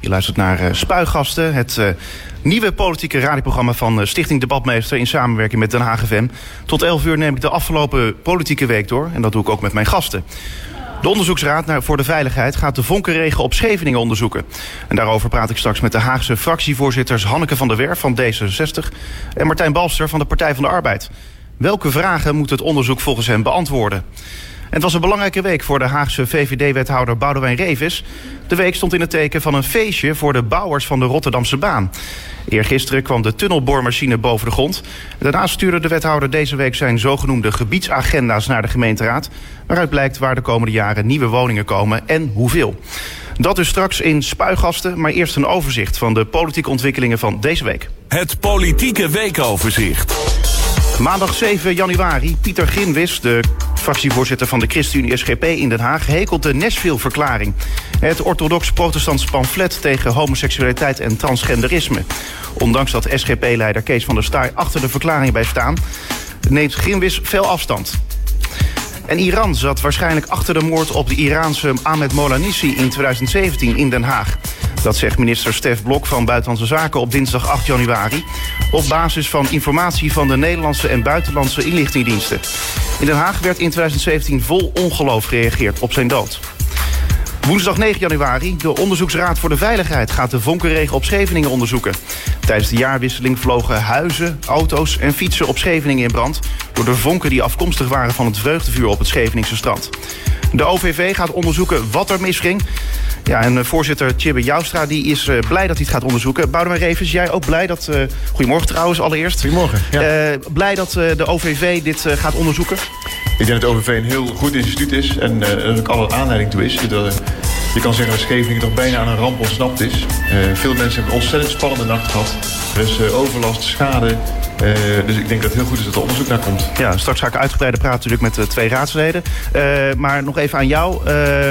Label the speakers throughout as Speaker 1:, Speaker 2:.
Speaker 1: Je luistert naar Spuigasten, het nieuwe politieke radioprogramma van Stichting Debatmeester in samenwerking met Den Haag FM. Tot 11 uur neem ik de afgelopen politieke week door en dat doe ik ook met mijn gasten. De Onderzoeksraad voor de Veiligheid gaat de vonkenregen op Scheveningen onderzoeken. En daarover praat ik straks met de Haagse fractievoorzitters Hanneke van der Werf van D66 en Martijn Balster van de Partij van de Arbeid. Welke vragen moet het onderzoek volgens hen beantwoorden? Het was een belangrijke week voor de Haagse VVD-wethouder Boudewijn Revis. De week stond in het teken van een feestje voor de bouwers van de Rotterdamse baan. Eergisteren kwam de tunnelboormachine boven de grond. Daarnaast stuurde de wethouder deze week zijn zogenoemde gebiedsagenda's naar de gemeenteraad, waaruit blijkt waar de komende jaren nieuwe woningen komen en hoeveel. Dat dus straks in Spuigasten, maar eerst een overzicht van de politieke ontwikkelingen van deze week.
Speaker 2: Het politieke weekoverzicht.
Speaker 1: Maandag 7 januari, Pieter Grinwis, de fractievoorzitter van de ChristenUnie SGP in Den Haag, hekelt de Nashville-verklaring. Het orthodox-protestants pamflet tegen homoseksualiteit en transgenderisme. Ondanks dat SGP-leider Kees van der Staaij achter de verklaring bij staan, neemt Grinwis fel afstand. En Iran zat waarschijnlijk achter de moord op de Iraanse Ahmed Molanisi in 2017 in Den Haag. Dat zegt minister Stef Blok van Buitenlandse Zaken op dinsdag 8 januari... op basis van informatie van de Nederlandse en buitenlandse inlichtingendiensten. In Den Haag werd in 2017 vol ongeloof gereageerd op zijn dood. Woensdag 9 januari, de Onderzoeksraad voor de Veiligheid gaat de vonkenregen op Scheveningen onderzoeken. Tijdens de jaarwisseling vlogen huizen, auto's en fietsen op Scheveningen in brand door de vonken die afkomstig waren van het vreugdevuur op het Scheveningse strand. De OVV gaat onderzoeken wat er misging. Ja, en voorzitter Tjibbe Joustra die is blij dat hij het gaat onderzoeken. Boudewijn Revis, jij ook blij dat... Goedemorgen trouwens, allereerst.
Speaker 3: Goedemorgen. Ja.
Speaker 1: Blij dat de OVV dit gaat onderzoeken?
Speaker 3: Ik denk dat de OVV een heel goed instituut is en er ook alle aanleiding toe is. Je kan zeggen dat Scheveningen toch bijna aan een ramp ontsnapt is. Veel mensen hebben een ontzettend spannende nacht gehad. Er is overlast, schade. Dus ik denk dat het heel goed is dat er onderzoek naar komt.
Speaker 1: Ja, straks ga ik uitgebreider praten natuurlijk met 2 raadsleden. Maar nog even aan jou.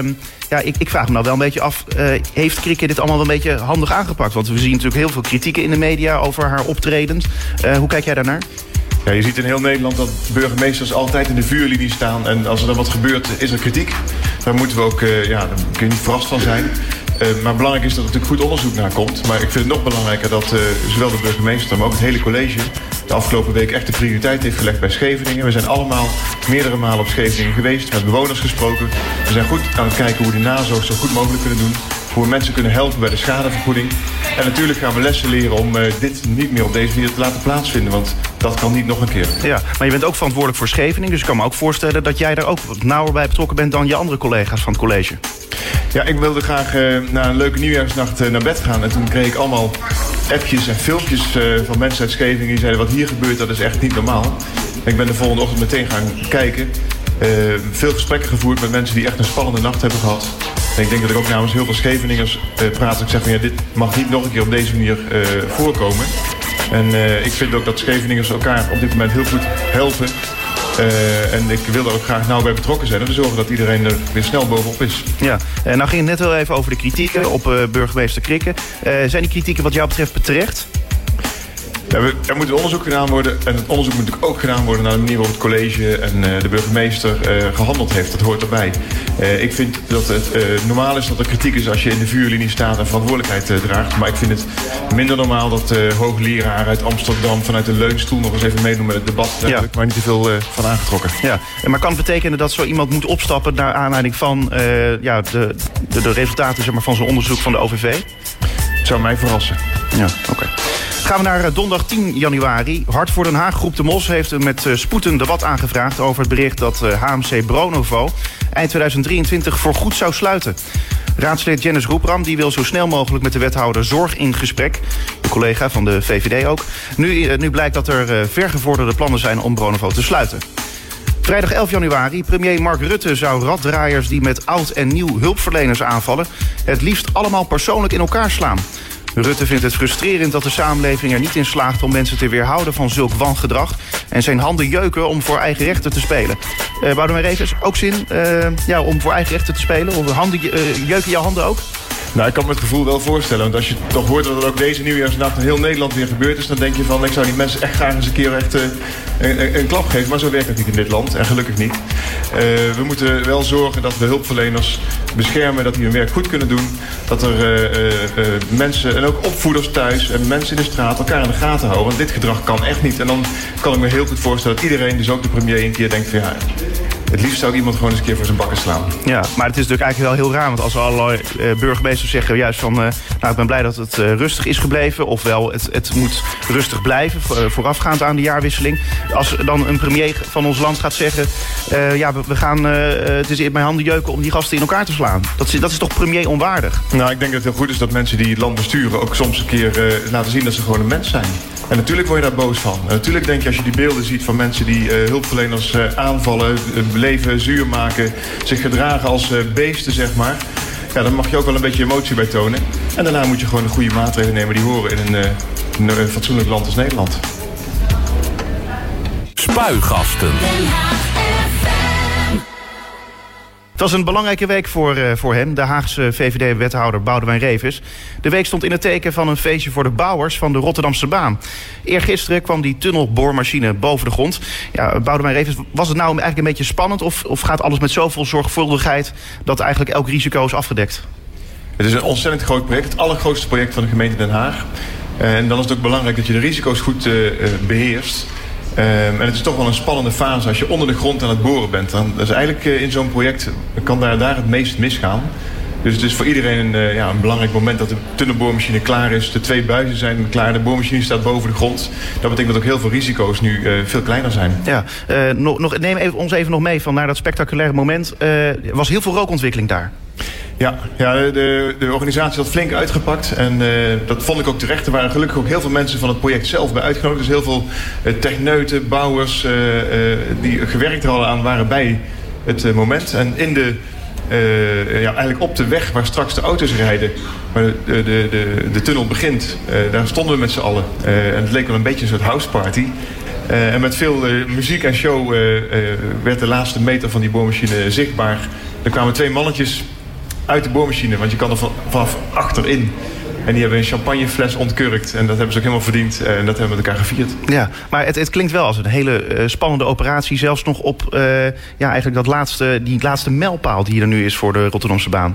Speaker 1: Ja, ik vraag me nou wel een beetje af, heeft Krikke dit allemaal wel een beetje handig aangepakt? Want we zien natuurlijk heel veel kritieken in de media over haar optredens. Hoe kijk jij daarnaar?
Speaker 3: Ja, je ziet in heel Nederland dat burgemeesters altijd in de vuurlinie staan. En als er dan wat gebeurt, is er kritiek. Daar moeten we ook, daar kun je niet verrast van zijn. Maar belangrijk is dat er natuurlijk goed onderzoek naar komt. Maar ik vind het nog belangrijker dat zowel de burgemeester, maar ook het hele college de afgelopen week echt de prioriteit heeft gelegd bij Scheveningen. We zijn allemaal meerdere malen op Scheveningen geweest, met bewoners gesproken. We zijn goed aan het kijken hoe we die nazorg zo goed mogelijk kunnen doen. Hoe we mensen kunnen helpen bij de schadevergoeding. En natuurlijk gaan we lessen leren om dit niet meer op deze manier te laten plaatsvinden. Want dat kan niet nog een keer.
Speaker 1: Ja, maar je bent ook verantwoordelijk voor Scheveningen. Dus ik kan me ook voorstellen dat jij daar ook wat nauwer bij betrokken bent dan je andere collega's van het college.
Speaker 3: Ja, ik wilde graag na een leuke nieuwjaarsnacht naar bed gaan. En toen kreeg ik allemaal appjes en filmpjes van mensen uit Scheveningen die zeiden: wat hier gebeurt, dat is echt niet normaal. En ik ben de volgende ochtend meteen gaan kijken. Veel gesprekken gevoerd met mensen die echt een spannende nacht hebben gehad. En ik denk dat ik ook namens heel veel Scheveningers praat. Ik zeg van ja, dit mag niet nog een keer op deze manier voorkomen. En ik vind ook dat Scheveningers elkaar op dit moment heel goed helpen. En ik wil er ook graag nauw bij betrokken zijn om te zorgen dat iedereen er weer snel bovenop is.
Speaker 1: Ja, nou ging het net wel even over de kritieken op burgemeester Krikke. Zijn die kritieken wat jou betreft terecht?
Speaker 3: Ja, er moet onderzoek gedaan worden. En het onderzoek moet natuurlijk ook gedaan worden naar de manier waarop het college en de burgemeester gehandeld heeft. Dat hoort erbij. Ik vind dat het normaal is dat er kritiek is als je in de vuurlinie staat en verantwoordelijkheid draagt. Maar ik vind het minder normaal dat hoogleraren uit Amsterdam vanuit de leunstoel nog eens even meedoen met het debat. Daar heb ik maar niet te veel van aangetrokken.
Speaker 1: Ja, maar kan het betekenen dat zo iemand moet opstappen naar aanleiding van de resultaten zeg maar, van zijn onderzoek van de OVV?
Speaker 3: Het zou mij verrassen.
Speaker 1: Ja, oké. Gaan we naar donderdag 10 januari. Hart voor Den Haag, Groep de Mos heeft met spoed een debat aangevraagd over het bericht dat HMC Bronovo eind 2023 voorgoed zou sluiten. Raadslid Jennis Roepram die wil zo snel mogelijk met de wethouder Zorg in gesprek. De collega van de VVD ook. Nu blijkt dat er vergevorderde plannen zijn om Bronovo te sluiten. Vrijdag 11 januari, premier Mark Rutte zou raddraaiers die met oud en nieuw hulpverleners aanvallen het liefst allemaal persoonlijk in elkaar slaan. Rutte vindt het frustrerend dat de samenleving er niet in slaagt om mensen te weerhouden van zulk wangedrag en zijn handen jeuken om voor eigen rechten te spelen. Boudewijn Revis, ook zin om voor eigen rechten te spelen? Of jeuken jouw handen ook?
Speaker 3: Nou, ik kan me het gevoel wel voorstellen. Want als je toch hoort dat er ook deze nieuwjaarsnacht in heel Nederland weer gebeurd is, dan denk je van, ik zou die mensen echt graag eens een keer een klap geven. Maar zo werkt het niet in dit land. En gelukkig niet. We moeten wel zorgen dat we hulpverleners beschermen, dat die hun werk goed kunnen doen. Dat er mensen en ook opvoeders thuis en mensen in de straat elkaar in de gaten houden. Want dit gedrag kan echt niet. En dan kan ik me heel goed voorstellen dat iedereen, dus ook de premier, een keer denkt van ja, het liefst zou ik iemand gewoon eens een keer voor zijn bakken slaan. Ja,
Speaker 1: maar het is natuurlijk eigenlijk wel heel raar. Want als allerlei burgemeesters zeggen juist van, nou, ik ben blij dat het rustig is gebleven. Ofwel, het moet rustig blijven voorafgaand aan de jaarwisseling. Als dan een premier van ons land gaat zeggen, ja, we gaan, het is in mijn handen jeuken om die gasten in elkaar te slaan. Dat is toch premier onwaardig?
Speaker 3: Nou, ik denk dat het heel goed is dat mensen die het land besturen ook soms een keer laten zien dat ze gewoon een mens zijn. En natuurlijk word je daar boos van. En natuurlijk denk je, als je die beelden ziet van mensen die hulpverleners aanvallen, leven zuur maken, zich gedragen als beesten, zeg maar. Ja, dan mag je ook wel een beetje emotie bij tonen. En daarna moet je gewoon de goede maatregelen nemen die horen in een fatsoenlijk land als Nederland.
Speaker 2: Spuigasten.
Speaker 1: Het was een belangrijke week voor hem, de Haagse VVD-wethouder Boudewijn Reeves. De week stond in het teken van een feestje voor de bouwers van de Rotterdamse baan. Eergisteren kwam die tunnelboormachine boven de grond. Ja, Boudewijn Reeves, was het nou eigenlijk een beetje spannend of gaat alles met zoveel zorgvuldigheid dat eigenlijk elk risico is afgedekt?
Speaker 3: Het is een ontzettend groot project, het allergrootste project van de gemeente Den Haag. En dan is het ook belangrijk dat je de risico's goed beheerst. En het is toch wel een spannende fase als je onder de grond aan het boren bent. Dan is eigenlijk in zo'n project kan daar het meest misgaan. Dus het is voor iedereen een belangrijk moment dat de tunnelboormachine klaar is. De 2 buizen zijn klaar, de boormachine staat boven de grond. Dat betekent dat ook heel veel risico's nu veel kleiner zijn.
Speaker 1: Ja, neem ons even nog mee van naar dat spectaculaire moment. Er was heel veel rookontwikkeling daar.
Speaker 3: Ja, de organisatie had flink uitgepakt. En dat vond ik ook terecht. Er waren gelukkig ook heel veel mensen van het project zelf bij uitgenodigd. Dus heel veel techneuten, bouwers die gewerkt hadden aan waren bij het moment. En in eigenlijk op de weg waar straks de auto's rijden, waar de tunnel begint, daar stonden we met z'n allen. En het leek wel een beetje een soort houseparty. En met veel muziek en show werd de laatste meter van die boormachine zichtbaar. Er kwamen 2 mannetjes uit de boormachine, want je kan er vanaf achterin. En die hebben een champagnefles ontkurkt. En dat hebben ze ook helemaal verdiend. En dat hebben we met elkaar gevierd.
Speaker 1: Ja, maar het klinkt wel als een hele spannende operatie. Zelfs nog op eigenlijk die laatste mijlpaal die er nu is voor de Rotterdamse baan.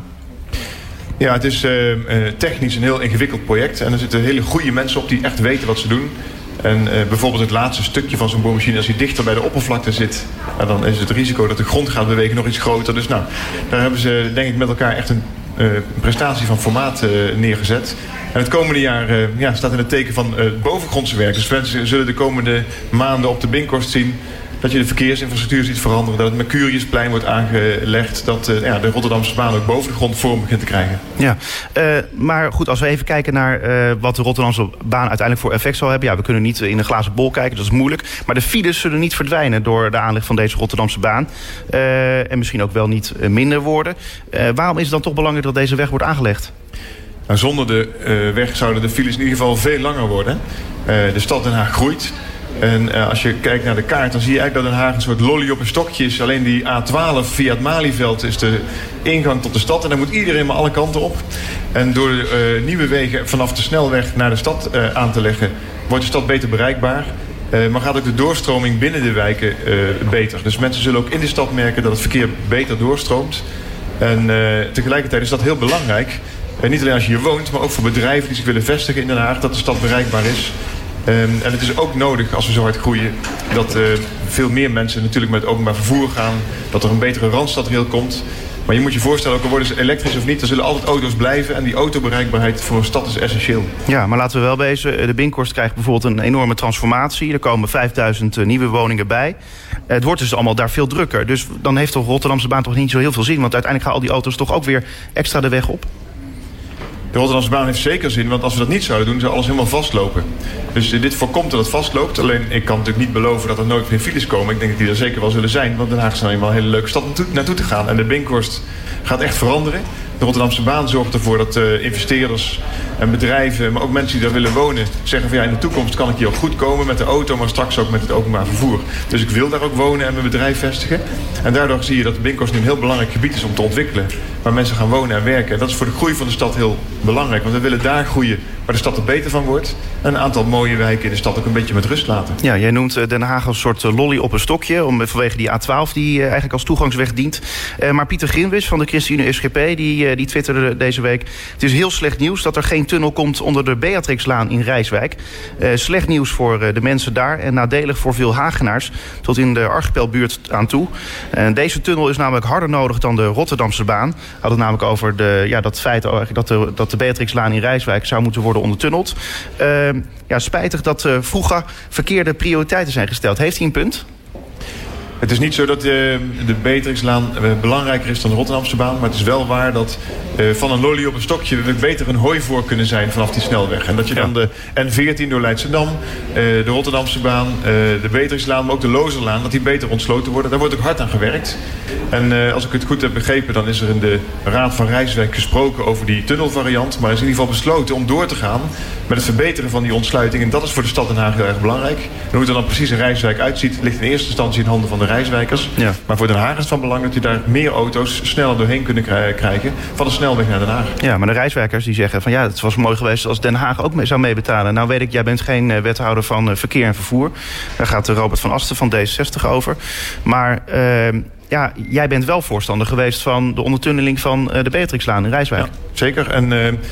Speaker 3: Ja, het is technisch een heel ingewikkeld project. En er zitten hele goede mensen op die echt weten wat ze doen. En bijvoorbeeld het laatste stukje van zo'n boormachine, als hij dichter bij de oppervlakte zit, dan is het risico dat de grond gaat bewegen nog iets groter. Dus nou, daar hebben ze denk ik met elkaar echt een prestatie van formaat neergezet. En het komende jaar staat in het teken van bovengrondse werk. Dus mensen zullen de komende maanden op de Binkhorst zien dat je de verkeersinfrastructuur ziet veranderen, dat het Mercuriusplein wordt aangelegd, dat de Rotterdamse baan ook boven de grond vorm begint te krijgen.
Speaker 1: Ja, maar goed, als we even kijken naar wat de Rotterdamse baan uiteindelijk voor effect zal hebben. Ja, we kunnen niet in een glazen bol kijken, dat is moeilijk. Maar de files zullen niet verdwijnen door de aanleg van deze Rotterdamse baan. En misschien ook wel niet minder worden. Waarom is het dan toch belangrijk dat deze weg wordt aangelegd?
Speaker 3: Nou, zonder de weg zouden de files in ieder geval veel langer worden. De stad Den Haag groeit. En als je kijkt naar de kaart, dan zie je eigenlijk dat Den Haag een soort lolly op een stokje is. Alleen die A12 via het Malieveld is de ingang tot de stad. En daar moet iedereen maar alle kanten op. En door nieuwe wegen vanaf de snelweg naar de stad aan te leggen, wordt de stad beter bereikbaar. Maar gaat ook de doorstroming binnen de wijken beter. Dus mensen zullen ook in de stad merken dat het verkeer beter doorstroomt. En tegelijkertijd is dat heel belangrijk. Niet alleen als je hier woont, maar ook voor bedrijven die zich willen vestigen in Den Haag, dat de stad bereikbaar is. En het is ook nodig, als we zo hard groeien, dat veel meer mensen natuurlijk met het openbaar vervoer gaan. Dat er een betere randstadrail komt. Maar je moet je voorstellen, ook al worden ze elektrisch of niet, er zullen altijd auto's blijven. En die autobereikbaarheid voor een stad is essentieel.
Speaker 1: Ja, maar laten we wel wezen, de Binkhorst krijgt bijvoorbeeld een enorme transformatie. Er komen 5000 nieuwe woningen bij. Het wordt dus allemaal daar veel drukker. Dus dan heeft de Rotterdamse baan toch niet zo heel veel zin. Want uiteindelijk gaan al die auto's toch ook weer extra de weg op.
Speaker 3: De Rotterdamse baan heeft zeker zin, want als we dat niet zouden doen, zou alles helemaal vastlopen. Dus dit voorkomt dat het vastloopt. Alleen, ik kan natuurlijk niet beloven dat er nooit meer files komen. Ik denk dat die er zeker wel zullen zijn, want Den Haag is nou eenmaal een hele leuke stad naartoe te gaan. En de Binkhorst gaat echt veranderen. De Rotterdamse baan zorgt ervoor dat investeerders En bedrijven, maar ook mensen die daar willen wonen, zeggen van in de toekomst kan ik hier ook goed komen met de auto, maar straks ook met het openbaar vervoer. Dus ik wil daar ook wonen en mijn bedrijf vestigen. En daardoor zie je dat Binckhorst nu een heel belangrijk gebied is om te ontwikkelen. Waar mensen gaan wonen en werken. En dat is voor de groei van de stad heel belangrijk. Want we willen daar groeien waar de stad er beter van wordt. En een aantal mooie wijken in de stad ook een beetje met rust laten. Ja,
Speaker 1: jij noemt Den Haag als een soort lolly op een stokje. Vanwege die A12 die eigenlijk als toegangsweg dient. Maar Pieter Grinwis van de ChristenUnie SGP die twitterde deze week: het is heel slecht nieuws dat er geen tunnel komt onder de Beatrixlaan in Rijswijk. Slecht nieuws voor de mensen daar en nadelig voor veel Hagenaars tot in de Archipelbuurt aan toe. Deze tunnel is namelijk harder nodig dan de Rotterdamse baan. Had het namelijk over dat feit dat de Beatrixlaan in Rijswijk zou moeten worden ondertunneld. Spijtig dat vroeger verkeerde prioriteiten zijn gesteld. Heeft hij een punt?
Speaker 3: Het is niet zo dat de Beatrixlaan belangrijker is dan de Rotterdamse baan. Maar het is wel waar dat van een lolly op een stokje we beter een hooivork kunnen zijn vanaf die snelweg. En dat je dan de N14 door Leidschendam, de Rotterdamse baan, de Beatrixlaan, maar ook de Lozerlaan, dat die beter ontsloten worden. Daar wordt ook hard aan gewerkt. En als ik het goed heb begrepen, dan is er in de Raad van Rijswijk gesproken over die tunnelvariant. Maar is in ieder geval besloten om door te gaan met het verbeteren van die ontsluiting. En dat is voor de stad Den Haag heel erg belangrijk. En hoe het er dan precies in Rijswijk uitziet, ligt in eerste instantie in handen van de Rijswijkers. Ja. Maar voor Den Haag is het van belang dat je daar meer auto's sneller doorheen kunnen krijgen van de snelweg naar Den Haag. Ja, maar de Rijswijkers die zeggen van het was mooi geweest als Den Haag ook zou meebetalen. Nou weet ik, jij bent geen wethouder van verkeer en vervoer. Daar gaat Robert van Asten van D66 over. Maar jij bent wel voorstander geweest van de ondertunneling van de Beatrixlaan in Rijswijk. Ja, zeker. En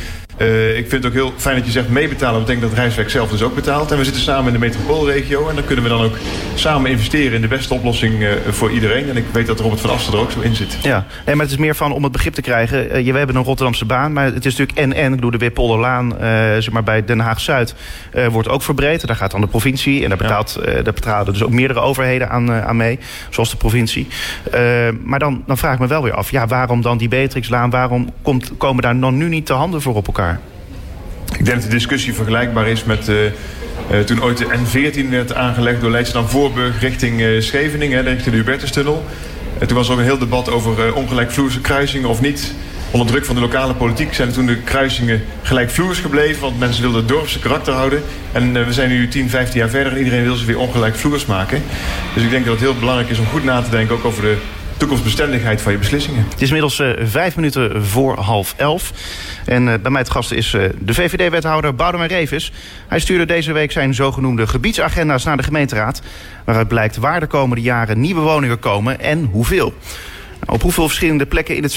Speaker 3: ik vind het ook heel fijn dat je zegt meebetalen. Dat betekent dat Rijswijk zelf dus ook betaalt. En we zitten samen in de metropoolregio. En dan kunnen we dan ook samen investeren in de beste oplossing voor iedereen. En ik weet dat Robert van Asten er ook zo in zit. Ja, maar het is meer van om het begrip te krijgen. We hebben een Rotterdamse baan, maar het is natuurlijk en. Ik bedoel, de Weerpolderlaan bij Den Haag-Zuid wordt ook verbreed. Daar gaat dan de provincie. En daar betalen dus ook meerdere overheden aan mee. Zoals de provincie. Maar dan vraag ik me wel weer af. Waarom dan die Beatrixlaan? Waarom komen daar dan nu niet de handen voor op elkaar? Ik denk dat de discussie vergelijkbaar is met toen ooit de N14 werd aangelegd door Leidschendam-Voorburg richting Scheveningen, richting de Hubertustunnel. Toen was er ook een heel debat over ongelijkvloerse kruisingen of niet. Onder druk van de lokale politiek zijn toen de kruisingen gelijkvloers gebleven, want mensen wilden het dorpse karakter houden. En we zijn nu 10, 15 jaar verder en iedereen wil ze weer ongelijkvloers maken. Dus ik denk dat het heel belangrijk is om goed na te denken ook over de toekomstbestendigheid van je beslissingen.
Speaker 1: Het is inmiddels 5 minuten voor 10:30. En bij mij het gast is de VVD-wethouder Boudewijn Revis. Hij stuurde deze week zijn zogenoemde gebiedsagenda's naar de gemeenteraad, waaruit blijkt waar de komende jaren nieuwe woningen komen en hoeveel. Op hoeveel verschillende plekken in het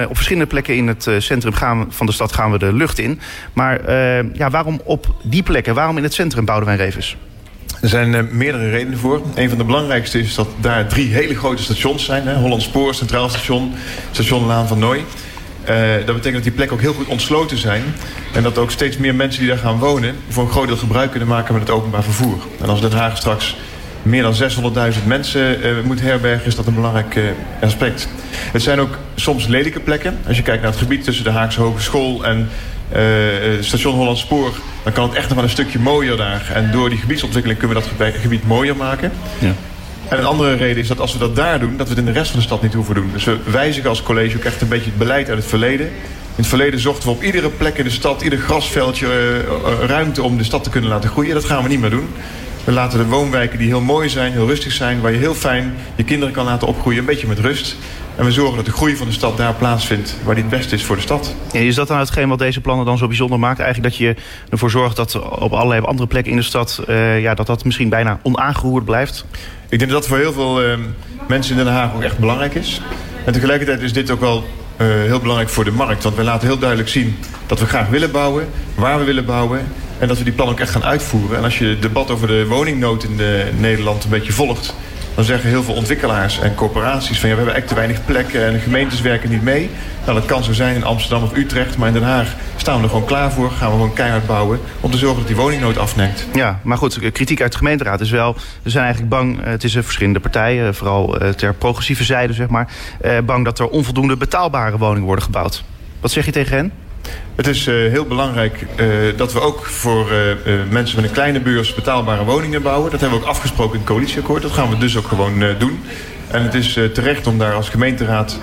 Speaker 1: centrum van de stad gaan we de lucht in. Maar waarom op die plekken? Waarom in het centrum, Boudewijn Revis?
Speaker 3: Er zijn meerdere redenen voor. Een van de belangrijkste is dat daar 3 hele grote stations zijn. Hollandspoor, Centraal Station, Station Laan van Nooy. Dat betekent dat die plekken ook heel goed ontsloten zijn. En dat ook steeds meer mensen die daar gaan wonen voor een groot deel gebruik kunnen maken met het openbaar vervoer. En als Den Haag straks meer dan 600.000 mensen moet herbergen, is dat een belangrijk aspect. Het zijn ook soms lelijke plekken. Als je kijkt naar het gebied tussen de Haagse Hogeschool en station Hollandspoor, dan kan het echt nog wel een stukje mooier daar. En door die gebiedsontwikkeling kunnen we dat gebied mooier maken. Ja. En een andere reden is dat als we dat daar doen, dat we het in de rest van de stad niet hoeven doen. Dus we wijzigen als college ook echt een beetje het beleid uit het verleden. In het verleden zochten we op iedere plek in de stad, ieder grasveldje, ruimte om de stad te kunnen laten groeien. Dat gaan we niet meer doen. We laten de woonwijken die heel mooi zijn, heel rustig zijn, waar je heel fijn je kinderen kan laten opgroeien, een beetje met rust. En we zorgen dat de groei van de stad daar plaatsvindt waar die het beste is voor de stad.
Speaker 1: En is dat dan hetgeen wat deze plannen dan zo bijzonder maakt? Eigenlijk dat je ervoor zorgt dat op allerlei andere plekken in de stad dat misschien bijna onaangeroerd blijft?
Speaker 3: Ik denk dat dat voor heel veel mensen in Den Haag ook echt belangrijk is. En tegelijkertijd is dit ook wel heel belangrijk voor de markt. Want wij laten heel duidelijk zien dat we graag willen bouwen, waar we willen bouwen. En dat we die plannen ook echt gaan uitvoeren. En als je het debat over de woningnood in Nederland een beetje volgt, dan zeggen heel veel ontwikkelaars en corporaties van we hebben echt te weinig plekken en de gemeentes werken niet mee. Nou, dat kan zo zijn in Amsterdam of Utrecht, maar in Den Haag staan we er gewoon klaar voor. Gaan we gewoon keihard bouwen om te zorgen dat die woningnood afneemt. Ja, maar goed, kritiek uit de gemeenteraad is wel, we zijn eigenlijk bang, het is verschillende partijen, vooral ter progressieve zijde zeg maar, bang dat er onvoldoende betaalbare woningen worden gebouwd. Wat zeg je tegen hen? Het is heel belangrijk dat we ook voor mensen met een kleine beurs betaalbare woningen bouwen. Dat hebben we ook afgesproken in het coalitieakkoord. Dat gaan we dus ook gewoon doen. En het is terecht om daar als gemeenteraad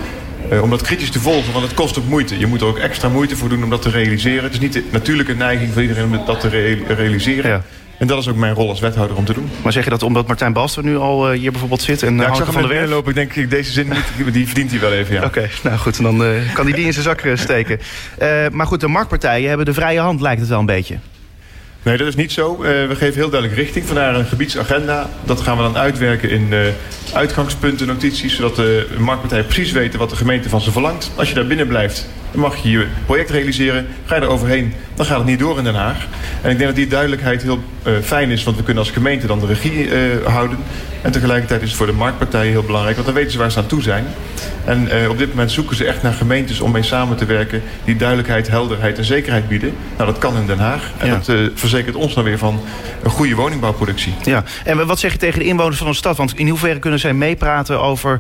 Speaker 3: om dat kritisch te volgen, want het kost ook moeite. Je moet er ook extra moeite voor doen om dat te realiseren. Het is niet de natuurlijke neiging van iedereen om dat te realiseren. Ja. En dat is ook mijn rol als wethouder om te doen.
Speaker 1: Maar zeg je dat omdat Martijn Balster nu al hier bijvoorbeeld zit? En
Speaker 3: ik zag hem van de Werf lopen. Ik denk, deze zin die verdient hij wel even. Ja.
Speaker 1: Oké, nou goed, dan kan hij die in zijn zak steken. Maar goed, de marktpartijen hebben de vrije hand, lijkt het wel een beetje.
Speaker 3: Nee, dat is niet zo. We geven heel duidelijk richting. Vandaar een gebiedsagenda. Dat gaan we dan uitwerken in uitgangspunten, notities, zodat de marktpartijen precies weten wat de gemeente van ze verlangt. Als je daar binnen blijft, dan mag je je project realiseren. Ga je er overheen, dan gaat het niet door in Den Haag. En ik denk dat die duidelijkheid heel fijn is, want we kunnen als gemeente dan de regie houden. En tegelijkertijd is het voor de marktpartijen heel belangrijk, want dan weten ze waar ze aan toe zijn. En op dit moment zoeken ze echt naar gemeentes om mee samen te werken die duidelijkheid, helderheid en zekerheid bieden. Nou, dat kan in Den Haag. En dat verzekert ons dan weer van een goede woningbouwproductie. Ja,
Speaker 1: en wat zeg je tegen de inwoners van de stad? Want in hoeverre kunnen zij meepraten over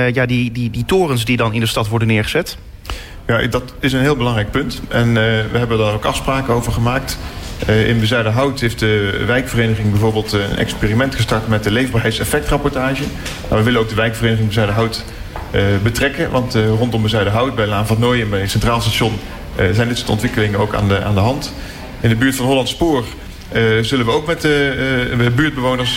Speaker 1: die torens die dan in de stad worden neergezet?
Speaker 3: Ja, dat is een heel belangrijk punt. En we hebben daar ook afspraken over gemaakt. In Bezuidenhout heeft de wijkvereniging bijvoorbeeld een experiment gestart met de leefbaarheidseffectrapportage. Nou, we willen ook de wijkvereniging Bezuidenhout betrekken. Want rondom Bezuidenhout, bij Laan van Nooy en bij het Centraal Station zijn dit soort ontwikkelingen ook aan de hand. In de buurt van Holland Spoor zullen we ook met de buurtbewoners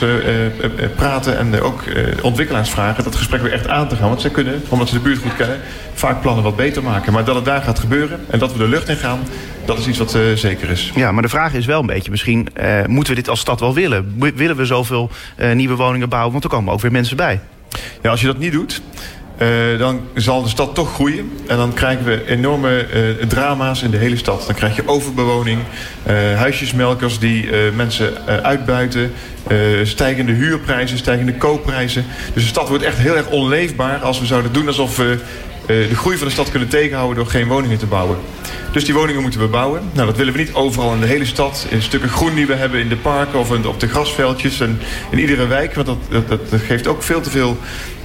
Speaker 3: praten en ook ontwikkelaars vragen dat gesprek weer echt aan te gaan. Want zij kunnen, omdat ze de buurt goed kennen, vaak plannen wat beter maken. Maar dat het daar gaat gebeuren en dat we de lucht in gaan, dat is iets wat zeker is.
Speaker 1: Ja, maar de vraag is wel een beetje misschien, moeten we dit als stad wel willen? Willen we zoveel nieuwe woningen bouwen? Want er komen ook weer mensen bij.
Speaker 3: Ja, als je dat niet doet, dan zal de stad toch groeien. En dan krijgen we enorme drama's in de hele stad. Dan krijg je overbewoning, huisjesmelkers die mensen uitbuiten, stijgende huurprijzen, stijgende koopprijzen. Dus de stad wordt echt heel erg onleefbaar als we zouden doen alsof we de groei van de stad kunnen tegenhouden door geen woningen te bouwen. Dus die woningen moeten we bouwen. Nou, dat willen we niet overal in de hele stad. In stukken groen die we hebben in de parken of op de grasveldjes en in iedere wijk. Want dat geeft ook veel te veel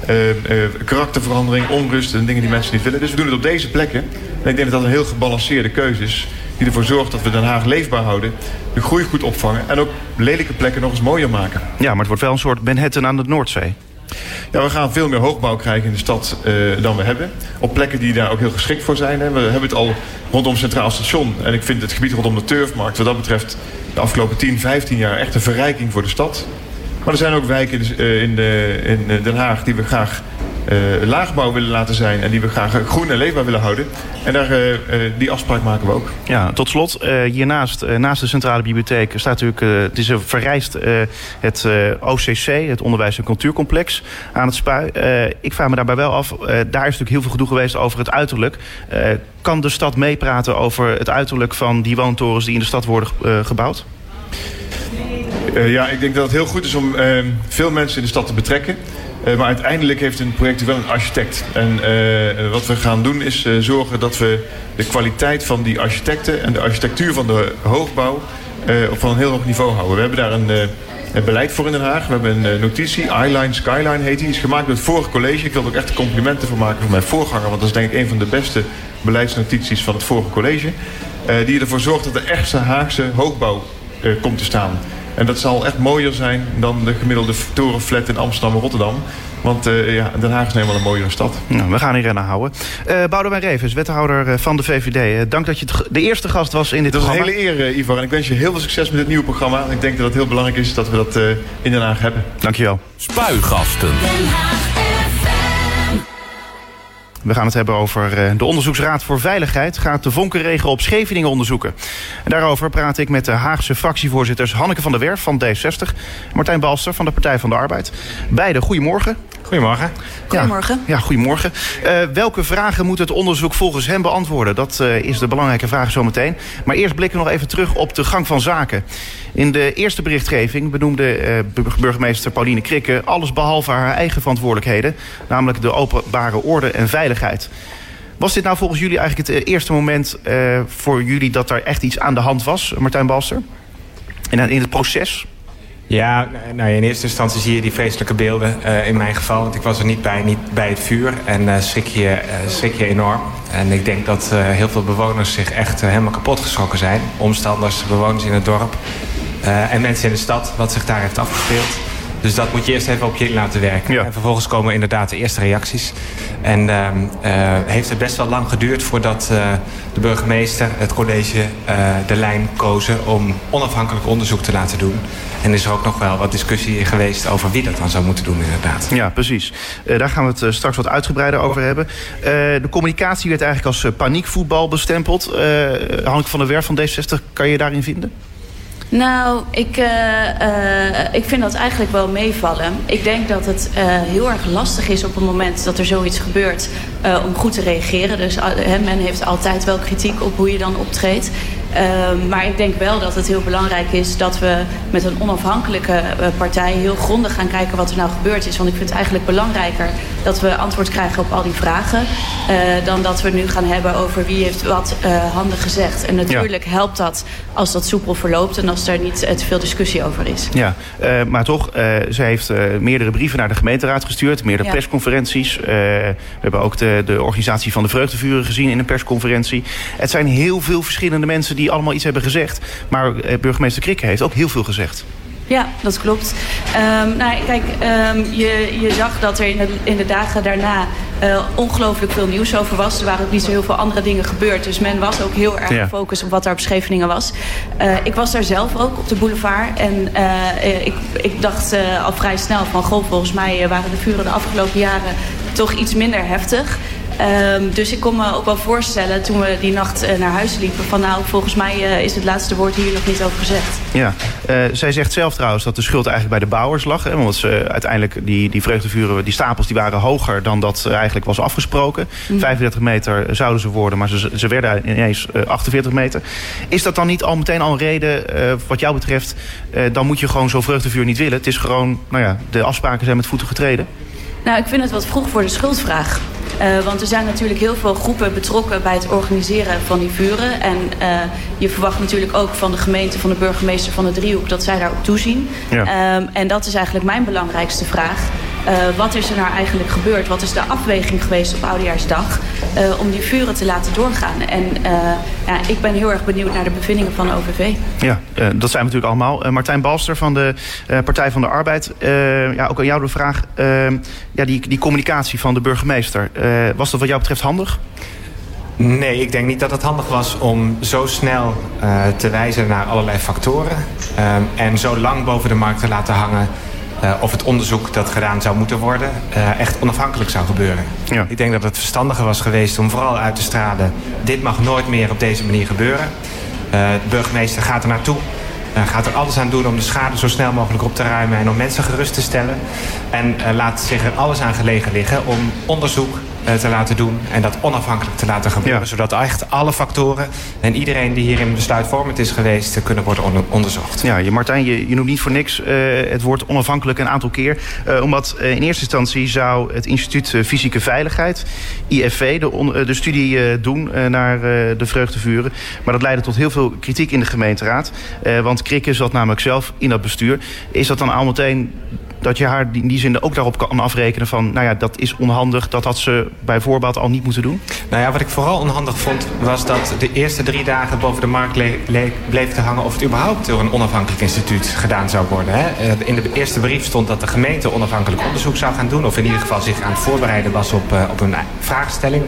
Speaker 3: karakterverandering, onrust en dingen die mensen niet willen. Dus we doen het op deze plekken. En ik denk dat dat een heel gebalanceerde keuze is. Die ervoor zorgt dat we Den Haag leefbaar houden. De groei goed opvangen. En ook lelijke plekken nog eens mooier maken.
Speaker 1: Ja, maar het wordt wel een soort Manhattan aan de Noordzee.
Speaker 3: Ja, we gaan veel meer hoogbouw krijgen in de stad dan we hebben. Op plekken die daar ook heel geschikt voor zijn. Hè. We hebben het al rondom Centraal Station. En ik vind het gebied rondom de Turfmarkt wat dat betreft de afgelopen 10, 15 jaar echt een verrijking voor de stad. Maar er zijn ook wijken in Den Haag die we graag laagbouw willen laten zijn. En die we graag groen en leefbaar willen houden. En die afspraak maken we ook. Ja,
Speaker 1: tot slot, hiernaast, naast de Centrale Bibliotheek, staat natuurlijk, het is verrijst het OCC, het Onderwijs- en Cultuurcomplex, aan het Spui. Ik vraag me daarbij wel af, daar is natuurlijk heel veel gedoe geweest over het uiterlijk. Kan de stad meepraten over het uiterlijk van die woontorens die in de stad worden gebouwd?
Speaker 3: Ja, ik denk dat het heel goed is om veel mensen in de stad te betrekken. Maar uiteindelijk heeft een project wel een architect. En wat we gaan doen is zorgen dat we de kwaliteit van die architecten en de architectuur van de hoogbouw op een heel hoog niveau houden. We hebben daar een beleid voor in Den Haag. We hebben een notitie, Eyeline Skyline heet die. Die is gemaakt door het vorige college. Ik wil er ook echt complimenten voor maken voor mijn voorganger. Want dat is denk ik een van de beste beleidsnotities van het vorige college. Die ervoor zorgt dat de echte Haagse hoogbouw komt te staan. En dat zal echt mooier zijn dan de gemiddelde torenflat in Amsterdam en Rotterdam. Want Den Haag is helemaal een mooiere stad.
Speaker 1: Nou, we gaan hier rennen houden. Boudewijn Revers, wethouder van de VVD. Dank dat je de eerste gast was in dit programma.
Speaker 3: Dat is een hele eer, Ivar. En ik wens je heel veel succes met dit nieuwe programma. Ik denk dat het heel belangrijk is dat we dat in Den Haag hebben.
Speaker 1: Dank je wel.
Speaker 2: Spuigasten.
Speaker 1: We gaan het hebben over de Onderzoeksraad voor Veiligheid gaat de vonkenregen op Scheveningen onderzoeken. En daarover praat ik met de Haagse fractievoorzitters Hanneke van der Werf van D60... Martijn Balster van de Partij van de Arbeid. Beiden, goedemorgen.
Speaker 4: Goedemorgen.
Speaker 1: Goedemorgen. Ja, goedemorgen. Welke vragen moet het onderzoek volgens hem beantwoorden? Dat is de belangrijke vraag zometeen. Maar eerst blikken we nog even terug op de gang van zaken. In de eerste berichtgeving benoemde burgemeester Pauline Krikke alles behalve haar eigen verantwoordelijkheden, namelijk de openbare orde en veiligheid. Was dit nou volgens jullie eigenlijk het eerste moment voor jullie dat er echt iets aan de hand was, Martijn Balster? En in het proces?
Speaker 4: Ja, nou in eerste instantie zie je die vreselijke beelden in mijn geval. Want ik was er niet bij het vuur en schrik je enorm. En ik denk dat heel veel bewoners zich echt helemaal kapot geschrokken zijn. Omstanders, bewoners in het dorp en mensen in de stad, wat zich daar heeft afgespeeld. Dus dat moet je eerst even op je laten werken.
Speaker 1: Ja.
Speaker 4: En vervolgens komen inderdaad de eerste reacties. En heeft het best wel lang geduurd voordat de burgemeester, het college, de lijn kozen om onafhankelijk onderzoek te laten doen. En is er ook nog wel wat discussie geweest over wie dat dan zou moeten doen inderdaad.
Speaker 1: Ja, precies. Daar gaan we het straks wat uitgebreider over hebben. De communicatie werd eigenlijk als paniekvoetbal bestempeld. Hanneke van der Werf van D66, kan je daarin vinden?
Speaker 5: Nou, ik vind dat eigenlijk wel meevallen. Ik denk dat het heel erg lastig is op het moment dat er zoiets gebeurt om goed te reageren. Dus men heeft altijd wel kritiek op hoe je dan optreedt. Maar ik denk wel dat het heel belangrijk is dat we met een onafhankelijke partij heel grondig gaan kijken wat er nou gebeurd is. Want ik vind het eigenlijk belangrijker dat we antwoord krijgen op al die vragen dan dat we nu gaan hebben over wie heeft wat handig gezegd. En natuurlijk helpt dat als dat soepel verloopt en als er niet te veel discussie over is.
Speaker 1: Ja, maar toch, zij heeft meerdere brieven naar de gemeenteraad gestuurd, meerdere persconferenties. We hebben ook de organisatie van de Vreugdevuren gezien in een persconferentie. Het zijn heel veel verschillende mensen die allemaal iets hebben gezegd. Maar burgemeester Krikke heeft ook heel veel gezegd.
Speaker 5: Ja, dat klopt. Kijk, je zag dat er in de dagen daarna ongelooflijk veel nieuws over was. Er waren ook niet zo heel veel andere dingen gebeurd. Dus men was ook heel erg gefocust op wat er op Scheveningen was. Ik was daar zelf ook op de boulevard. En ik dacht al vrij snel van... volgens mij waren de vuren de afgelopen jaren toch iets minder heftig. Dus ik kon me ook wel voorstellen toen we die nacht naar huis liepen... van nou, volgens mij is het laatste woord hier nog niet over gezegd. Ja,
Speaker 1: zij zegt zelf trouwens dat de schuld eigenlijk bij de bouwers lag. Hè, want uiteindelijk die vreugdevuren, die stapels, die waren hoger dan dat eigenlijk was afgesproken. 35 meter zouden ze worden, maar ze werden ineens 48 meter. Is dat dan niet al meteen al een reden, wat jou betreft... dan moet je gewoon zo'n vreugdevuur niet willen? Het is gewoon, de afspraken zijn met voeten getreden.
Speaker 5: Nou, ik vind het wat vroeg voor de schuldvraag. Want er zijn natuurlijk heel veel groepen betrokken bij het organiseren van die vuren. En je verwacht natuurlijk ook van de gemeente, van de burgemeester van de Driehoek... dat zij daarop toezien. Ja. En dat is eigenlijk mijn belangrijkste vraag. Wat is er nou eigenlijk gebeurd? Wat is de afweging geweest op Oudejaarsdag om die vuren te laten doorgaan? En ik ben heel erg benieuwd naar de bevindingen van de OVV. Ja,
Speaker 1: dat zijn we natuurlijk allemaal. Martijn Balster van de Partij van de Arbeid. Ook aan jou de vraag. Die communicatie van de burgemeester. Was dat wat jou betreft handig?
Speaker 4: Nee, ik denk niet dat het handig was om zo snel te wijzen naar allerlei factoren. En zo lang boven de markt te laten hangen... of het onderzoek dat gedaan zou moeten worden... echt onafhankelijk zou gebeuren. Ja. Ik denk dat het verstandiger was geweest om vooral uit te stralen... dit mag nooit meer op deze manier gebeuren. De burgemeester gaat er naartoe. Gaat er alles aan doen om de schade zo snel mogelijk op te ruimen... en om mensen gerust te stellen. En laat zich er alles aan gelegen liggen om onderzoek te laten doen... en dat onafhankelijk te laten gebeuren. Ja. Zodat echt alle factoren en iedereen die hierin besluitvormend is geweest... kunnen worden onderzocht. Ja, Martijn, je noemt niet voor niks het woord onafhankelijk een aantal keer. Omdat in eerste instantie zou het Instituut Fysieke Veiligheid... IFV, de studie doen naar de vreugdevuren. Maar dat leidde tot heel veel kritiek in de gemeenteraad. Want Krikke zat namelijk zelf in dat bestuur. Is dat dan al meteen dat je haar in die zin ook daarop kan afrekenen van... dat is onhandig, dat had ze bij voorbaat al niet moeten doen? Nou ja, wat ik vooral onhandig vond... was dat de eerste 3 dagen boven de markt bleef te hangen... of het überhaupt door een onafhankelijk instituut gedaan zou worden. Hè? In de eerste brief stond dat de gemeente onafhankelijk onderzoek zou gaan doen... of in ieder geval zich aan het voorbereiden was op een vraagstelling.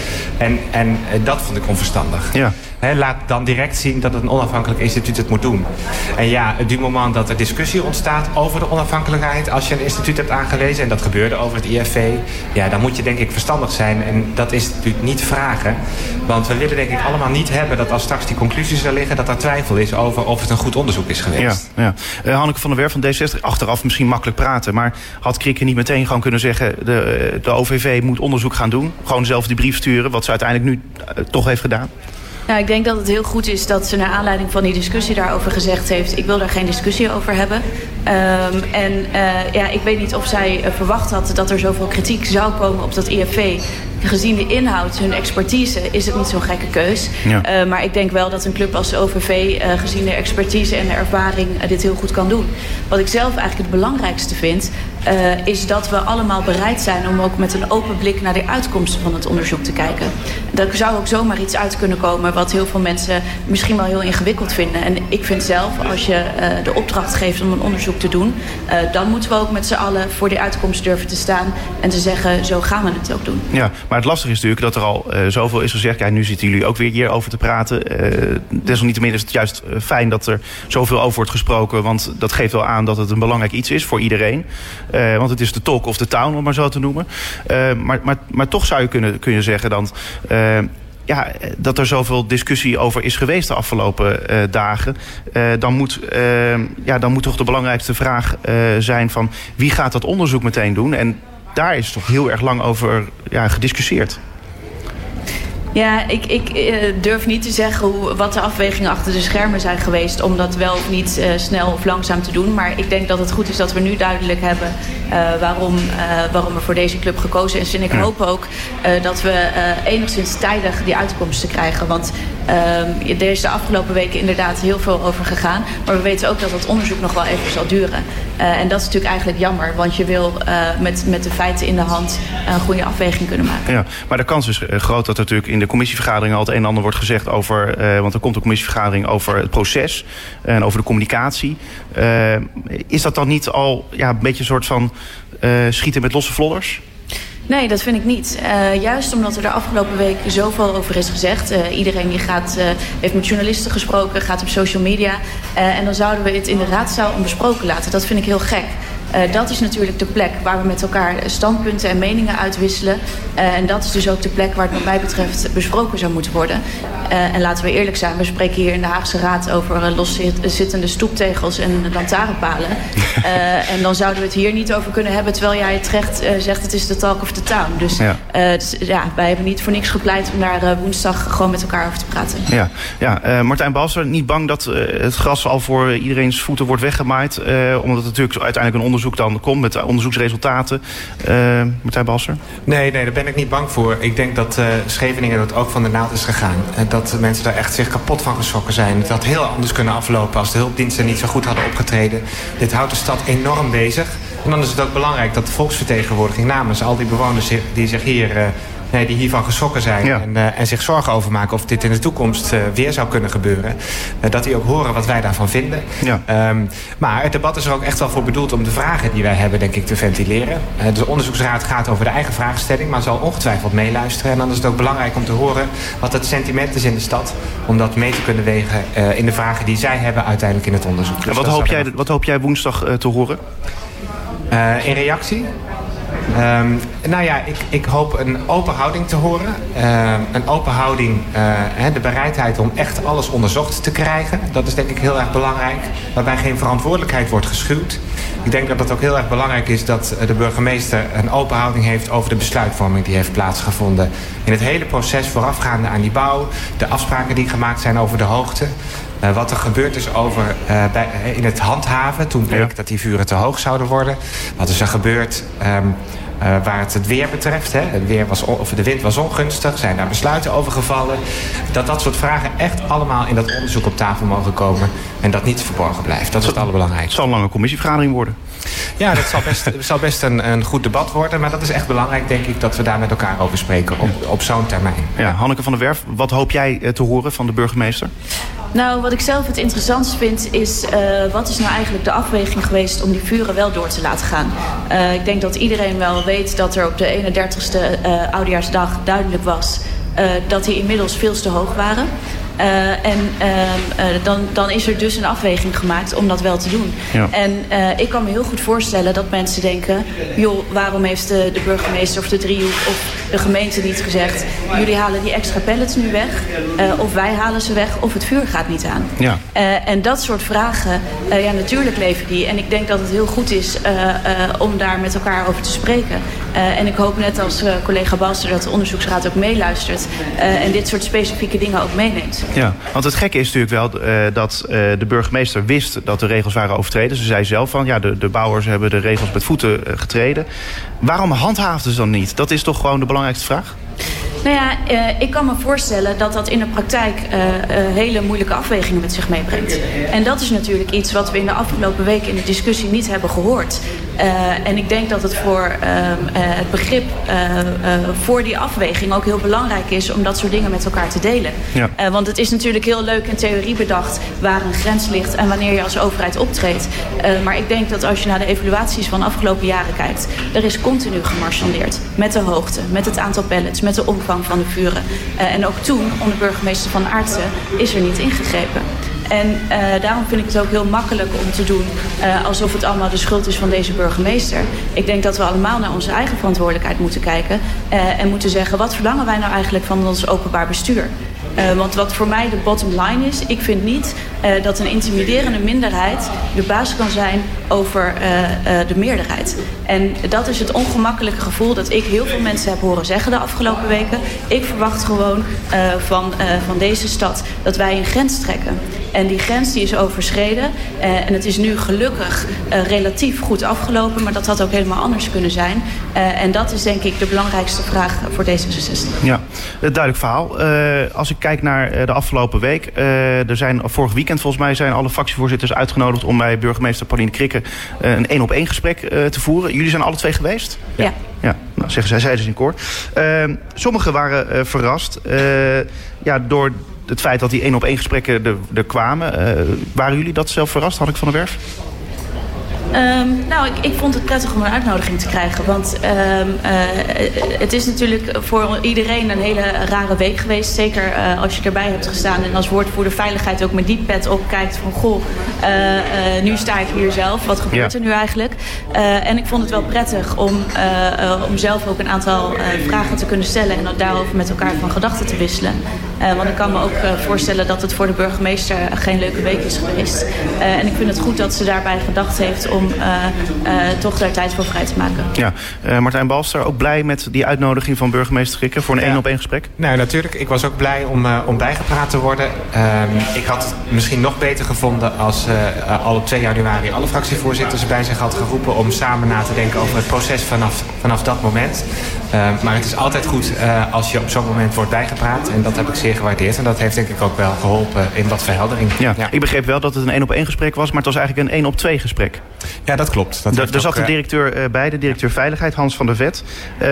Speaker 4: En dat vond ik onverstandig. Ja. Laat dan direct zien dat het een onafhankelijk instituut het moet doen. En ja, op het moment dat er discussie ontstaat over de onafhankelijkheid... als je een instituut hebt aangewezen, en dat gebeurde over het IFV... dan moet je denk ik verstandig zijn. En dat is natuurlijk niet vragen. Want we willen denk ik allemaal niet hebben dat als straks die conclusies er liggen... dat er twijfel is over of het een goed onderzoek is geweest. Ja. Hanneke van der Werf van D66, achteraf misschien makkelijk praten... maar had Krikke niet meteen gewoon kunnen zeggen... de OVV moet onderzoek gaan doen? Gewoon zelf die brief sturen, wat ze uiteindelijk nu toch heeft gedaan?
Speaker 5: Nou, ik denk dat het heel goed is dat ze naar aanleiding van die discussie daarover gezegd heeft... ik wil daar geen discussie over hebben. Ik weet niet of zij verwacht had dat er zoveel kritiek zou komen op dat IFV. Gezien de inhoud, hun expertise, is het niet zo'n gekke keus. Ja. Maar ik denk wel dat een club als de OVV, gezien de expertise en de ervaring... dit heel goed kan doen. Wat ik zelf eigenlijk het belangrijkste vind... is dat we allemaal bereid zijn om ook met een open blik naar de uitkomsten van het onderzoek te kijken. Er zou ook zomaar iets uit kunnen komen wat heel veel mensen misschien wel heel ingewikkeld vinden. En ik vind zelf, als je de opdracht geeft om een onderzoek te doen, dan moeten we ook met z'n allen voor die uitkomst durven te staan en te zeggen, zo gaan we het ook doen.
Speaker 1: Ja, maar het lastige is natuurlijk dat er al zoveel is gezegd. Ja, nu zitten jullie ook weer hierover te praten. Desalniettemin is het juist fijn dat er zoveel over wordt gesproken, want dat geeft wel aan dat het een belangrijk iets is voor iedereen. Want het is de talk of the town, om het maar zo te noemen. Maar toch zou je kunnen zeggen dat er zoveel discussie over is geweest de afgelopen dagen. Dan moet toch de belangrijkste vraag zijn van wie gaat dat onderzoek meteen doen? En daar is toch heel erg lang over gediscussieerd.
Speaker 5: Ja, ik durf niet te zeggen wat de afwegingen achter de schermen zijn geweest om dat wel of niet snel of langzaam te doen. Maar ik denk dat het goed is dat we nu duidelijk hebben waarom er voor deze club gekozen is. En ik hoop ook dat we enigszins tijdig die uitkomsten krijgen. Want er is de afgelopen weken inderdaad heel veel over gegaan. Maar we weten ook dat het onderzoek nog wel even zal duren. En dat is natuurlijk eigenlijk jammer. Want je wil met de feiten in de hand een goede afweging kunnen maken. Ja,
Speaker 1: maar de kans is groot dat er natuurlijk in de commissievergadering al het een en ander wordt gezegd over, want er komt een commissievergadering over het proces en over de communicatie. Is dat dan niet al een beetje een soort van schieten met losse vlodders?
Speaker 5: Nee, dat vind ik niet. Juist omdat er de afgelopen week zoveel over is gezegd. Iedereen die heeft met journalisten gesproken, gaat op social media. En dan zouden we het in de raadzaal onbesproken laten. Dat vind ik heel gek. Dat is natuurlijk de plek waar we met elkaar standpunten en meningen uitwisselen. En dat is dus ook de plek waar het wat mij betreft besproken zou moeten worden. En laten we eerlijk zijn, we spreken hier in de Haagse Raad over loszittende stoeptegels en lantaarnpalen. En dan zouden we het hier niet over kunnen hebben, terwijl jij het terecht zegt het is de talk of the town. Dus wij hebben niet voor niks gepleit om daar woensdag gewoon met elkaar over te praten. Martijn
Speaker 1: Balser, niet bang dat het gras al voor iedereen's voeten wordt weggemaaid? Omdat het natuurlijk uiteindelijk een onderzoek dan komt met onderzoeksresultaten. Martijn Balser?
Speaker 4: Nee, daar ben ik niet bang voor. Ik denk dat Scheveningen dat ook van de naald is gegaan. Dat mensen daar echt zich kapot van geschrokken zijn. Het had heel anders kunnen aflopen als de hulpdiensten niet zo goed hadden opgetreden. Dit houdt de stad enorm bezig. En dan is het ook belangrijk dat de volksvertegenwoordiging namens al die bewoners die zich hier die hiervan geschrokken zijn en zich zorgen over maken of dit in de toekomst weer zou kunnen gebeuren. Dat die ook horen wat wij daarvan vinden. Ja. Maar het debat is er ook echt wel voor bedoeld om de vragen die wij hebben, denk ik, te ventileren. De onderzoeksraad gaat over de eigen vraagstelling, maar zal ongetwijfeld meeluisteren. En dan is het ook belangrijk om te horen wat het sentiment is in de stad, om dat mee te kunnen wegen in de vragen die zij hebben uiteindelijk in het onderzoek. Dus
Speaker 1: wat hoop jij woensdag te horen?
Speaker 4: In reactie? Ik hoop een open houding te horen. Een open houding, de bereidheid om echt alles onderzocht te krijgen. Dat is denk ik heel erg belangrijk. Waarbij geen verantwoordelijkheid wordt geschuwd. Ik denk dat het ook heel erg belangrijk is dat de burgemeester een open houding heeft over de besluitvorming die heeft plaatsgevonden. In het hele proces voorafgaande aan die bouw. De afspraken die gemaakt zijn over de hoogte. Wat er gebeurd is in het handhaven. Toen bleek dat die vuren te hoog zouden worden. Wat is er gebeurd waar het weer betreft. De wind was ongunstig. Zijn daar besluiten over gevallen. Dat soort vragen echt allemaal in dat onderzoek op tafel mogen komen. En dat niet verborgen blijft. Dat is het allerbelangrijkste.
Speaker 1: Het zal een lange commissievergadering worden.
Speaker 4: Ja, dat zal best een goed debat worden. Maar dat is echt belangrijk, denk ik, dat we daar met elkaar over spreken. Op zo'n termijn.
Speaker 1: Ja, Hanneke van der Werf, wat hoop jij te horen van de burgemeester?
Speaker 5: Nou, wat ik zelf het interessantst vind is wat is nou eigenlijk de afweging geweest om die vuren wel door te laten gaan. Ik denk dat iedereen wel weet dat er op de 31ste oudejaarsdag duidelijk was dat die inmiddels veel te hoog waren. Dan is er dus een afweging gemaakt om dat wel te doen. Ja. En ik kan me heel goed voorstellen dat mensen denken, joh, waarom heeft de burgemeester of de driehoek of de gemeente niet gezegd, jullie halen die extra pallets nu weg, of wij halen ze weg, of het vuur gaat niet aan. Ja. En dat soort vragen, natuurlijk leven die. En ik denk dat het heel goed is om daar met elkaar over te spreken. En ik hoop net als collega Balster dat de onderzoeksraad ook meeluistert en dit soort specifieke dingen ook meeneemt.
Speaker 1: Ja, want het gekke is natuurlijk wel dat de burgemeester wist dat de regels waren overtreden. Ze zei zelf van, de bouwers hebben de regels met voeten getreden. Waarom handhaafden ze dan niet? Dat is toch gewoon de belangrijkste vraag?
Speaker 5: Nou ja, ik kan me voorstellen dat dat in de praktijk hele moeilijke afwegingen met zich meebrengt. En dat is natuurlijk iets wat we in de afgelopen weken in de discussie niet hebben gehoord. En ik denk dat het voor het begrip voor die afweging ook heel belangrijk is om dat soort dingen met elkaar te delen. Ja. Want het is natuurlijk heel leuk in theorie bedacht waar een grens ligt en wanneer je als overheid optreedt. Maar ik denk dat als je naar de evaluaties van de afgelopen jaren kijkt, er is continu gemarchandeerd. Met de hoogte, met het aantal pallets, met de omvang van de vuren. En ook toen, onder burgemeester Van Aartsen, is er niet ingegrepen. En daarom vind ik het ook heel makkelijk om te doen alsof het allemaal de schuld is van deze burgemeester. Ik denk dat we allemaal naar onze eigen verantwoordelijkheid moeten kijken. En moeten zeggen, wat verlangen wij nou eigenlijk van ons openbaar bestuur? Want wat voor mij de bottom line is, ik vind niet dat een intimiderende minderheid de baas kan zijn over de meerderheid. En dat is het ongemakkelijke gevoel dat ik heel veel mensen heb horen zeggen de afgelopen weken. Ik verwacht gewoon van deze stad dat wij een grens trekken. En die grens die is overschreden. En het is nu gelukkig relatief goed afgelopen, maar dat had ook helemaal anders kunnen zijn. En dat is denk ik de belangrijkste vraag voor D66.
Speaker 1: Ja, duidelijk verhaal. Als ik kijk naar de afgelopen week. Er zijn vorig weekend volgens mij zijn alle fractievoorzitters uitgenodigd om bij burgemeester Pauline Krikke een 1-op-1 gesprek te voeren. Jullie zijn alle twee geweest?
Speaker 5: Ja.
Speaker 1: Ja, nou, zeggen zij dus in koor. Sommigen waren verrast door het feit dat die 1-op-1 gesprekken er kwamen. Waren jullie dat zelf verrast, Hanneke van der Werf?
Speaker 5: Ik vond het prettig om een uitnodiging te krijgen. Want het is natuurlijk voor iedereen een hele rare week geweest. Zeker als je erbij hebt gestaan en als woordvoerder veiligheid ook met die pet opkijkt van goh, nu sta ik hier zelf. Wat gebeurt er nu eigenlijk? En ik vond het wel prettig om zelf ook een aantal vragen te kunnen stellen en daarover met elkaar van gedachten te wisselen. Want ik kan me ook voorstellen dat het voor de burgemeester geen leuke week is geweest. En ik vind het goed dat ze daarbij gedacht heeft om toch daar tijd voor vrij te maken. Ja,
Speaker 1: Martijn Balster, ook blij met die uitnodiging van burgemeester Krikke voor een 1-op-1 gesprek?
Speaker 4: Nou, natuurlijk. Ik was ook blij om bijgepraat te worden. Ik had het misschien nog beter gevonden als al op 2 januari alle fractievoorzitters bij zich had geroepen om samen na te denken over het proces vanaf dat moment. Maar het is altijd goed als je op zo'n moment wordt bijgepraat. En dat heb ik zeer gewaardeerd. En dat heeft denk ik ook wel geholpen in wat verheldering. Ja. Ik begreep wel dat het een 1-op-1 gesprek was, maar het was eigenlijk een 1-op-2 gesprek. Ja, dat klopt. Er zat de directeur bij, de directeur Veiligheid, Hans van der Vet.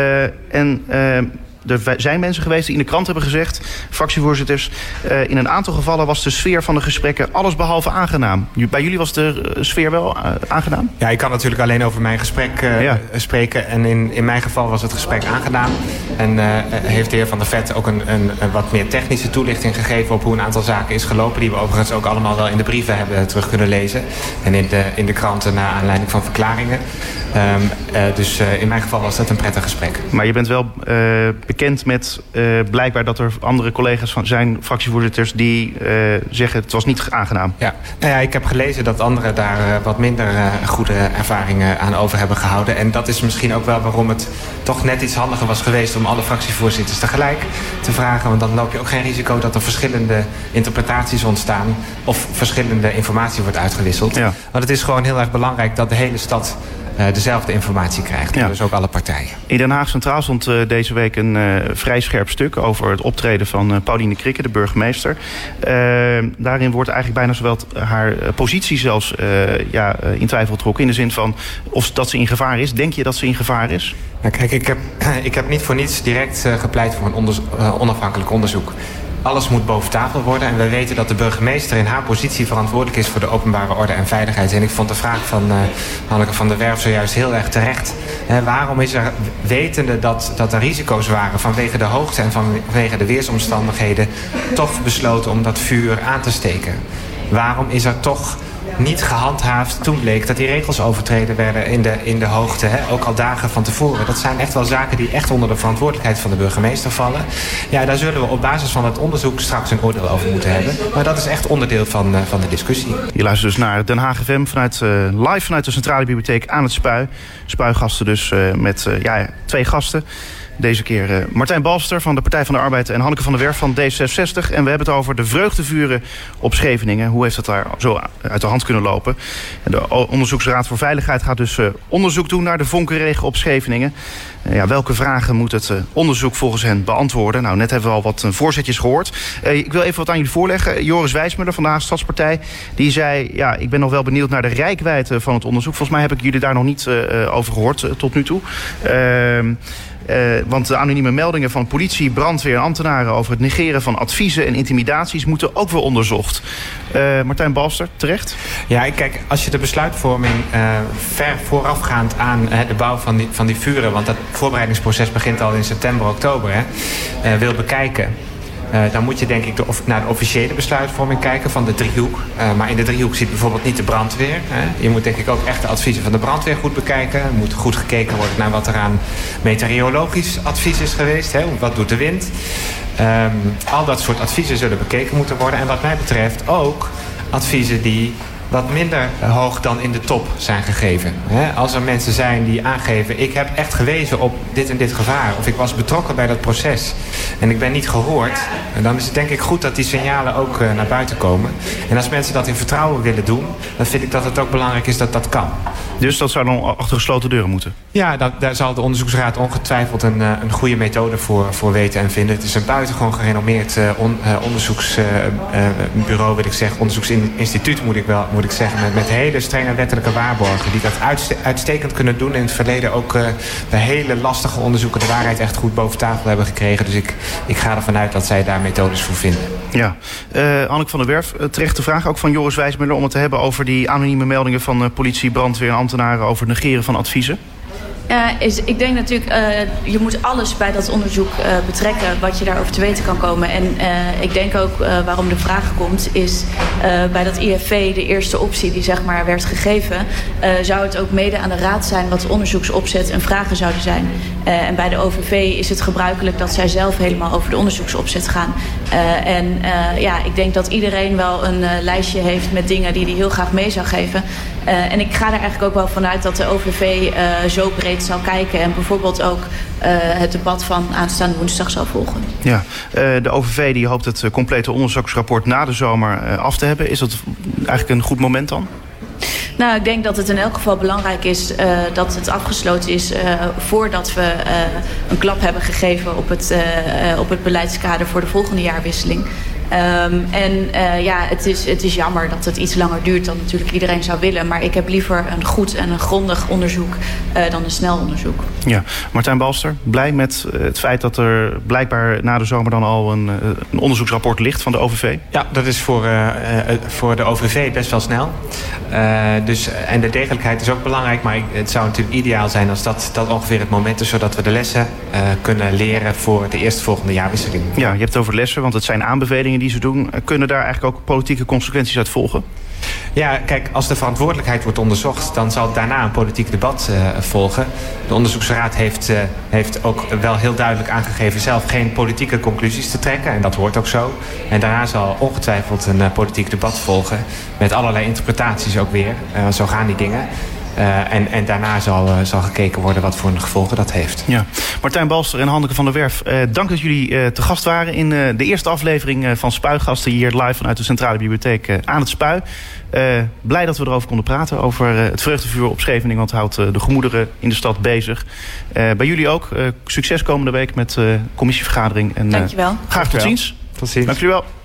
Speaker 4: Er zijn mensen geweest die in de krant hebben gezegd, fractievoorzitters, in een aantal gevallen was de sfeer van de gesprekken allesbehalve aangenaam. Bij jullie was de sfeer wel aangenaam? Ja, ik kan natuurlijk alleen over mijn gesprek spreken. En in mijn geval was het gesprek aangenaam. En heeft de heer Van der Vet ook een wat meer technische toelichting gegeven op hoe een aantal zaken is gelopen, die we overigens ook allemaal wel in de brieven hebben terug kunnen lezen. En in de kranten naar aanleiding van verklaringen. Dus in mijn geval was dat een prettig gesprek. Maar je bent wel bekend met blijkbaar dat er andere collega's zijn, fractievoorzitters, die zeggen het was niet aangenaam. Ja. Nou ja, ik heb gelezen dat anderen daar wat minder goede ervaringen aan over hebben gehouden. En dat is misschien ook wel waarom het toch net iets handiger was geweest om alle fractievoorzitters tegelijk te vragen. Want dan loop je ook geen risico dat er verschillende interpretaties ontstaan of verschillende informatie wordt uitgewisseld. Ja. Want het is gewoon heel erg belangrijk dat de hele stad dezelfde informatie krijgt. Ja. Dus ook alle partijen. In Den Haag Centraal stond deze week een vrij scherp stuk over het optreden van Pauline Krikke, de burgemeester. Daarin wordt eigenlijk bijna zowel haar positie zelfs in twijfel getrokken. In de zin van of dat ze in gevaar is. Denk je dat ze in gevaar is? Nou, kijk, ik heb niet voor niets direct gepleit voor een onafhankelijk onderzoek. Alles moet boven tafel worden en we weten dat de burgemeester in haar positie verantwoordelijk is voor de openbare orde en veiligheid. En ik vond de vraag van Hanneke van der Werf zojuist heel erg terecht. Waarom is er, wetende dat er risico's waren vanwege de hoogte en vanwege de weersomstandigheden, toch besloten om dat vuur aan te steken? Waarom is er toch niet gehandhaafd toen bleek dat die regels overtreden werden in de hoogte, ook al dagen van tevoren? Dat zijn echt wel zaken die echt onder de verantwoordelijkheid van de burgemeester vallen. Ja, daar zullen we op basis van het onderzoek straks een oordeel over moeten hebben. Maar dat is echt onderdeel van de discussie. Je luistert dus naar Den Haag FM live vanuit de Centrale Bibliotheek aan het Spui. Spuigasten dus met 2 gasten.
Speaker 1: Deze keer Martijn Balster van de Partij van de Arbeid en Hanneke van der Werf van D66. En we hebben het over de vreugdevuren op Scheveningen. Hoe heeft het daar zo uit de hand kunnen lopen? En de Onderzoeksraad voor Veiligheid gaat dus onderzoek doen naar de vonkenregen op Scheveningen. Welke vragen moet het onderzoek volgens hen beantwoorden? Nou, net hebben we al wat voorzetjes gehoord. Ik wil even wat aan jullie voorleggen. Joris Wijsmuller van de Haagse Stadspartij, die zei... ik ben nog wel benieuwd naar de reikwijdte van het onderzoek. Volgens mij heb ik jullie daar nog niet over gehoord tot nu toe. Want de anonieme meldingen van politie, brandweer en ambtenaren over het negeren van adviezen en intimidaties moeten ook weer onderzocht. Martijn Balster, terecht?
Speaker 4: Ja, kijk, als je de besluitvorming ver voorafgaand aan de bouw van die vuren, want dat voorbereidingsproces begint al in september, oktober, wil bekijken. Dan moet je denk ik naar de officiële besluitvorming kijken van de driehoek. Maar in de driehoek zit bijvoorbeeld niet de brandweer. Je moet denk ik ook echt de adviezen van de brandweer goed bekijken. Er moet goed gekeken worden naar wat er aan meteorologisch advies is geweest. Wat doet de wind? Al dat soort adviezen zullen bekeken moeten worden. En wat mij betreft ook adviezen die wat minder hoog dan in de top zijn gegeven. Als er mensen zijn die aangeven, ik heb echt gewezen op dit en dit gevaar, of ik was betrokken bij dat proces en ik ben niet gehoord, en dan is het denk ik goed dat die signalen ook naar buiten komen. En als mensen dat in vertrouwen willen doen, dan vind ik dat het ook belangrijk is dat dat kan.
Speaker 1: Dus dat zou dan achter gesloten deuren moeten? Ja,
Speaker 4: daar zal de onderzoeksraad ongetwijfeld een goede methode voor weten en vinden. Het is een buitengewoon gerenommeerd onderzoeksbureau, wil ik zeggen. Onderzoeksinstituut moet ik zeggen. Met hele strenge wettelijke waarborgen. Die dat uitstekend kunnen doen. In het verleden ook bij hele lastige onderzoeken de waarheid echt goed boven tafel hebben gekregen. Dus ik ga ervan uit dat zij daar methodes voor vinden.
Speaker 1: Ja. Hanneke van der Werf, terechte vraag ook van Joris Wijsmuller om het te hebben over die anonieme meldingen van politie, brandweer en ambtenaren over het negeren van adviezen.
Speaker 5: Ik denk natuurlijk, je moet alles bij dat onderzoek betrekken wat je daarover te weten kan komen. En ik denk ook waarom de vraag komt is bij dat IFV de eerste optie die zeg maar werd gegeven, zou het ook mede aan de raad zijn wat de onderzoeksopzet en vragen zouden zijn. En bij de OVV is het gebruikelijk dat zij zelf helemaal over de onderzoeksopzet gaan. Ik denk dat iedereen wel een lijstje heeft met dingen die hij heel graag mee zou geven. En ik ga er eigenlijk ook wel vanuit dat de OVV zo breed zal kijken en bijvoorbeeld ook het debat van aanstaande woensdag zal volgen. Ja,
Speaker 1: de OVV die hoopt het complete onderzoeksrapport na de zomer af te hebben. Is dat eigenlijk een goed moment dan?
Speaker 5: Nou, ik denk dat het in elk geval belangrijk is dat het afgesloten is voordat we een klap hebben gegeven op het beleidskader voor de volgende jaarwisseling. Het is jammer dat het iets langer duurt dan natuurlijk iedereen zou willen. Maar ik heb liever een goed en een grondig onderzoek dan een snel onderzoek. Ja,
Speaker 1: Martijn Balster, blij met het feit dat er blijkbaar na de zomer dan al een onderzoeksrapport ligt van de OVV?
Speaker 4: Ja, dat is voor de OVV best wel snel. En de degelijkheid is ook belangrijk. Maar het zou natuurlijk ideaal zijn als dat ongeveer het moment is, zodat we de lessen kunnen leren voor de eerstvolgende jaarwisseling. Ja, je hebt het over lessen, want het zijn aanbevelingen die ze doen. Kunnen daar eigenlijk ook politieke consequenties uit volgen? Ja, kijk, als de verantwoordelijkheid wordt onderzocht, dan zal daarna een politiek debat volgen. De onderzoeksraad heeft ook wel heel duidelijk aangegeven zelf geen politieke conclusies te trekken. En dat hoort ook zo. En daarna zal ongetwijfeld een politiek debat volgen. Met allerlei interpretaties ook weer. Zo gaan die dingen. En daarna zal gekeken worden wat voor gevolgen dat heeft. Ja.
Speaker 1: Martijn Balster en Hanneke van der Werf, dank dat jullie te gast waren in de eerste aflevering van Spuigasten hier live vanuit de Centrale Bibliotheek aan het Spui. Blij dat we erover konden praten, over het vreugdevuur op Scheveningen, want het houdt de gemoederen in de stad bezig. Bij jullie ook. Succes komende week met commissievergadering. En,
Speaker 5: dankjewel.
Speaker 1: Graag tot ziens.
Speaker 4: Tot ziens.
Speaker 1: Dank jullie wel.